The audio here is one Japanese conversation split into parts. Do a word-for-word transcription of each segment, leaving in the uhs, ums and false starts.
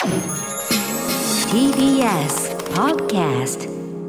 ティービーエス Podcast。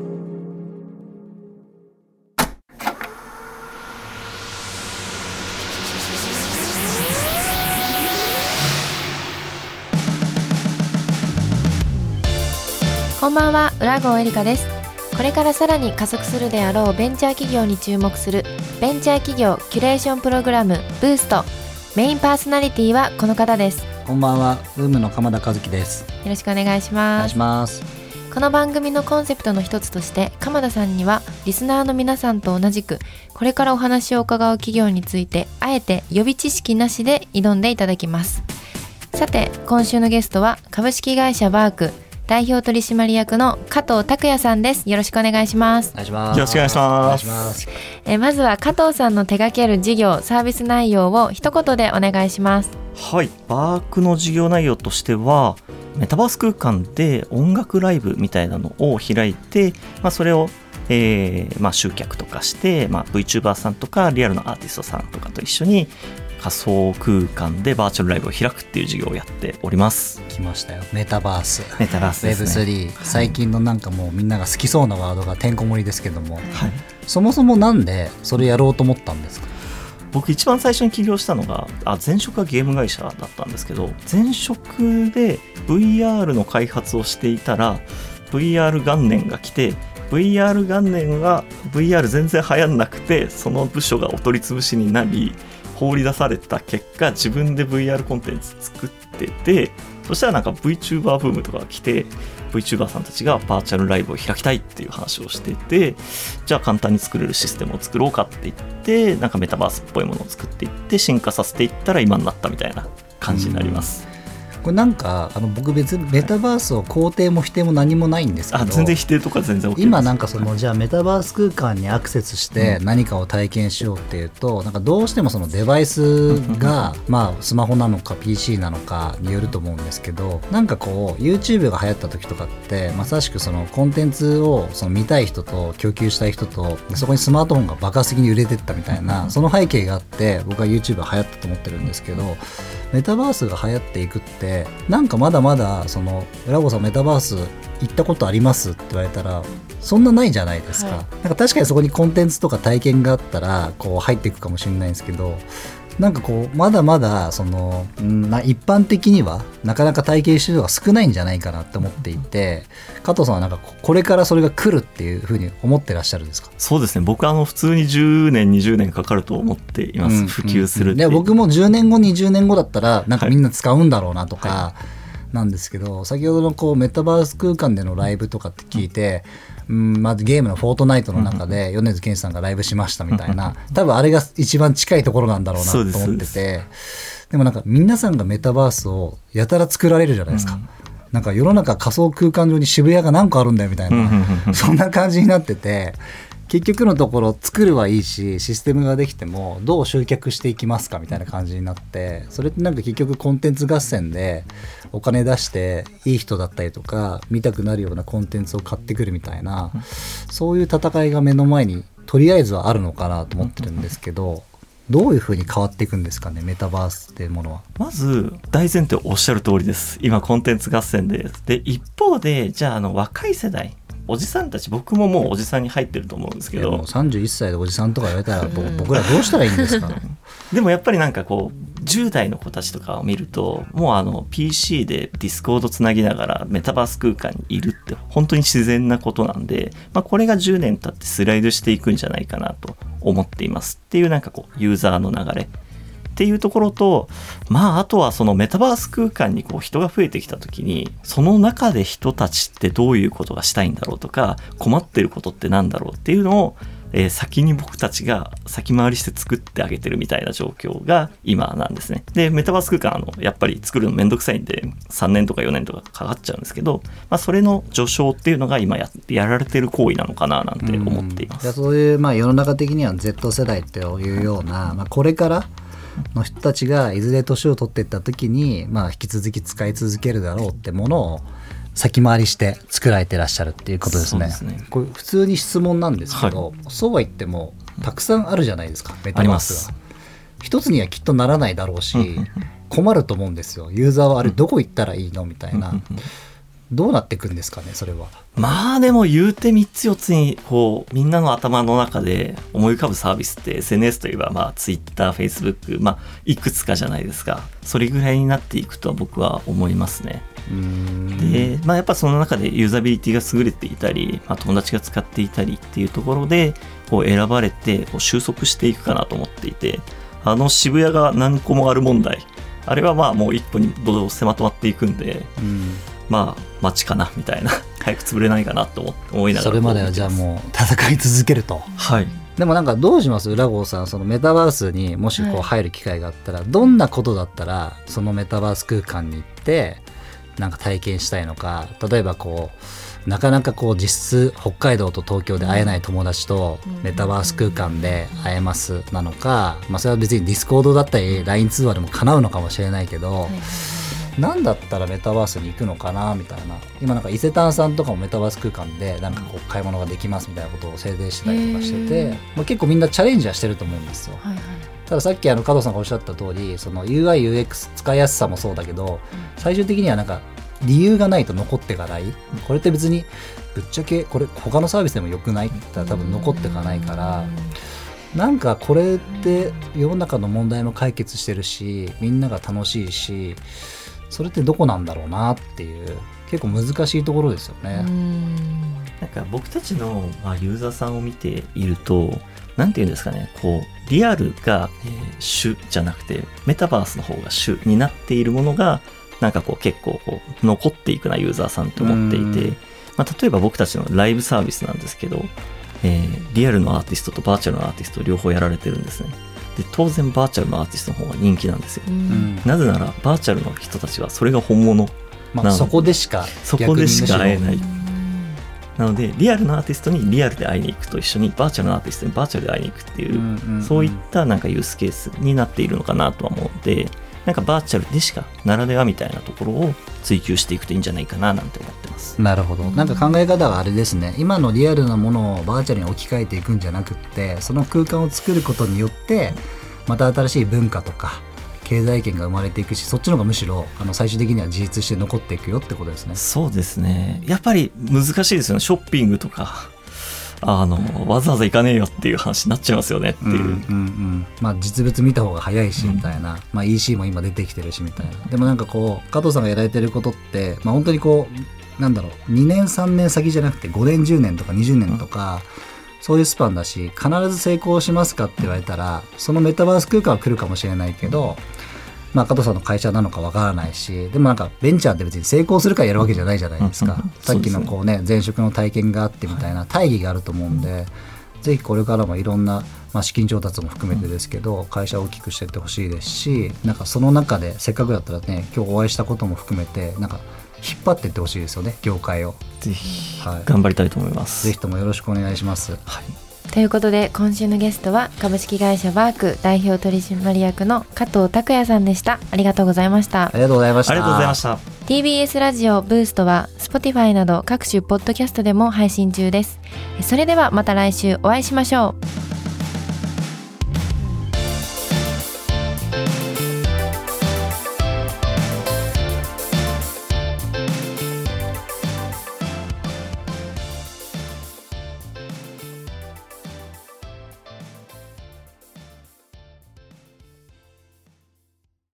こんばんは、浦郷エリカです。これからさらに加速するであろうベンチャー企業に注目するベンチャー企業キュレーションプログラムブースト。メインパーソナリティはこの方です。 こんばんは、ウームの鎌田和樹です。 よろしくお願いします。 お願いします。 この番組のコンセプトの一つとして鎌田さんにはリスナーの皆さんと同じくこれからお話を伺う企業についてあえて予備知識なしで挑んでいただきます。さて今週のゲストは株式会社バーク代表取締役の加藤拓也さんです。よろしくお願いします。 お願いします。 よろしくお願いします。 ます。 えまずは加藤さんの手掛ける事業サービス内容を一言でお願いします。 はい、バークの事業内容としてはメタバース空間で音楽ライブみたいなのを開いて、まあ、それを、えーまあ、集客とかして、まあ、VTuber さんとかリアルなアーティストさんとかと一緒に仮想空間でバーチャルライブを開くっていう事業をやっております。 来ましたよ、メタバース。 メタバースですね。 ウェブスリー、最近のなんかもうみんなが好きそうなワードがてんこ盛りですけども、 はい、 そもそもなんでそれやろうと思ったんですか？ 僕一番最初に起業したのがあ前職はゲーム会社だったんですけど、前職で ブイアール の開発をしていたら ブイアール 元年が来て ブイアール 元年は ブイアール 全然流行んなくて、その部署がお取り潰しになり放り出された結果自分で ブイアール コンテンツ作ってて、そしたらなんか VTuber ブームとかが来て VTuber さんたちがバーチャルライブを開きたいっていう話をしてて、じゃあ簡単に作れるシステムを作ろうかって言ってなんかメタバースっぽいものを作っていって進化させていったら今になったみたいな感じになります。 これなんかあの僕別にメタバースを肯定も否定も何もないんですけど、 あ全然否定とか全然 OK です。 今なんかそのじゃあメタバース空間にアクセスして何かを体験しようっていうと、なんかどうしてもそのデバイスがまあスマホなのか ピーシー なのかによると思うんですけど、なんかこう YouTube が流行った時とかってまさしくそのコンテンツをその見たい人と供給したい人と、そこにスマートフォンが爆発的に売れてったみたいなその背景があって僕は YouTube が流行ったと思ってるんですけど、メタバースが流行っていくってなんかまだまだその浦郷さんメタバース行ったことありますって言われたらそんなないじゃないですか、はい、なんか確かにそこにコンテンツとか体験があったらこう入っていくかもしれないんですけど、なんかこうまだまだそのんな一般的にはなかなか体験してる人が少ないんじゃないかなって思っていて、加藤さんはなんかこれからそれが来るっていうふうに思ってらっしゃるんですか？ そうですね、僕はあの普通にじゅうねんにじゅうねんかかると思っています、うん、普及するって、 うんうん、で僕もじゅうねんごにじゅうねんごだったらなんかみんな使うんだろうなとか、はいなんですけど、先ほどのこうメタバース空間でのライブとかって聞いて、うんまずゲームのフォートナイトの中で米津玄師さんがライブしましたみたいな、多分あれが一番近いところなんだろうなと思ってて、 で, でもなんか皆さんがメタバースをやたら作られるじゃないですか、うん、なんか世の中仮想空間上に渋谷が何個あるんだよみたいなそんな感じになってて、結局のところ作るはいいしシステムができてもどう集客していきますかみたいな感じになって、それってなんか結局コンテンツ合戦でお金出していい人だったりとか見たくなるようなコンテンツを買ってくるみたいな、そういう戦いが目の前にとりあえずはあるのかなと思ってるんですけど、どういうふうに変わっていくんですかね、メタバースっていうものは。 まず大前提おっしゃる通りです。今コンテンツ合戦で、で一方でじゃあ、あの若い世代おじさんたち、僕ももうおじさんに入ってると思うんですけど、 もうさんじゅういっさいでおじさんとか言われたら僕らどうしたらいいんですかでもやっぱりなんかこうじゅう代の子たちとかを見ると、もうあの ピーシー でディスコードつなぎながらメタバース空間にいるって本当に自然なことなんで、まあ、これがじゅうねん経ってスライドしていくんじゃないかなと思っていますっていう、なんかこうユーザーの流れっていうところと、まああとはそのメタバース空間にこう人が増えてきた時に、その中で人たちってどういうことがしたいんだろうとか困ってることってなんだろうっていうのを、えー、先に僕たちが先回りして作ってあげてるみたいな状況が今なんですね。でメタバース空間あのやっぱり作るのめんどくさいんでさんねんとかよねんとかかかっちゃうんですけど、まあ、それの序章っていうのが今 や, やられてる行為なのかななんて思っています。 うん、そういう、まあ、世の中的には Z 世代っていうような、まあ、これからの人たちがいずれ年を取っていった時に、まあ、引き続き使い続けるだろうってものを先回りして作られてらっしゃるっていうことですね。そうですね。これ普通に質問なんですけど、はい、そうは言ってもたくさんあるじゃないですか、メタバースが。一つにはきっとならないだろうし、 困ると思うんですよ。ユーザーはあれどこ行ったらいいのみたいな、どうなっていくんですかねそれは。 まあでも言うてみっつよっつにこうみんなの頭の中で思い浮かぶサービスって エスエヌエス といえばまあ Twitter、Facebook、まあいくつかじゃないですか。それぐらいになっていくとは僕は思いますね。 うーんで、まあ、やっぱその中でユーザビリティが優れていたり、まあ、友達が使っていたりっていうところでこう選ばれてこう収束していくかなと思っていて、あの渋谷が何個もある問題、あれはまあもう一歩にどうせまとまっていくんで、 うんまあ待ちかなみたいな早く潰れないかなと思思いながらそれまではじゃあもう戦い続けると。 はいでもなんかどうします浦郷さん、そのメタバースにもしこう入る機会があったら、はい、どんなことだったらそのメタバース空間に行ってなんか体験したいのか。例えばこうなかなかこう実質北海道と東京で会えない友達とメタバース空間で会えますなのか、まあ、それは別にディスコードだったり ライン 通話でも叶うのかもしれないけど、はい、なんだったらメタバースに行くのかなみたいな。今なんか伊勢丹さんとかもメタバース空間でなんかこう買い物ができますみたいなことを宣伝したりとかしてて、まあ、結構みんなチャレンジはしてると思うんですよ、はいはい。たださっきあの加藤さんがおっしゃった通り、その ユーアイユーエックス 使いやすさもそうだけど、最終的にはなんか理由がないと残っていかない。これって別にぶっちゃけこれ他のサービスでもよくないって言ったら多分残っていかないから、なんかこれって世の中の問題も解決してるしみんなが楽しいし、それってどこなんだろうなっていう結構難しいところですよね。 なんか僕たちのまあユーザーさんを見ていると、なんていうんですかね、こうリアルが、えー、主じゃなくてメタバースの方が主になっているものがなんかこう結構こう残っていくなユーザーさんと思っていて、まあ、例えば僕たちのライブサービスなんですけど、えー、リアルのアーティストとバーチャルのアーティスト両方やられてるんですね。で当然バーチャルのアーティストの方が人気なんですよ。なぜならバーチャルの人たちはそれが本物なの、 まあ、そこでしかそこでしか会えない。なのでリアルのアーティストにリアルで会いに行くと一緒にバーチャルのアーティストにバーチャルで会いに行くっていう、うんうんうん、そういったなんかユースケースになっているのかなとは思うので、なんかバーチャルでしかならではみたいなところを追求していくといいんじゃないかななんて思ってます。 なるほど。なんか考え方はあれですね、今のリアルなものをバーチャルに置き換えていくんじゃなくって、その空間を作ることによってまた新しい文化とか経済圏が生まれていくし、そっちの方がむしろあの最終的には自立して残っていくよってことですね。 そうですね。やっぱり難しいですよね。ショッピングとかあのわざわざ行かねえよっていう話になっちゃいますよねっていう、うんうんうん、 まあ実物見た方が早いしみたいな、うん、まあ イーシー も今出てきてるしみたいな。でもなんかこう加藤さんがやられてることって、まあ、本当にこうなんだろうにねんさんねん先じゃなくてごねんじゅうねんとかにじゅうねんとか、うん、そういうスパンだし、必ず成功しますかって言われたらそのメタバース空間は来るかもしれないけど、まあ、加藤さんの会社なのかわからないし、でもなんかベンチャーって別に成功するからやるわけじゃないじゃないですか、うんうん、さっきのこう、ね、前職の体験があってみたいな大義があると思うんで、はい、ぜひこれからもいろんな、まあ、資金調達も含めてですけど会社を大きくしていってほしいですし、なんかその中でせっかくだったらね今日お会いしたことも含めてなんか引っ張っていってほしいですよね、業界を。 ぜひ、はい、頑張りたいと思います。 ぜひともよろしくお願いします、はい。 ということで今週のゲストは株式会社バーク代表取締役の加藤拓也さんでした。ありがとうございました。 ありがとうございました。 ありがとうございました。 ティービーエス ラジオブーストは Spotify など各種ポッドキャストでも配信中です。それではまた来週お会いしましょう。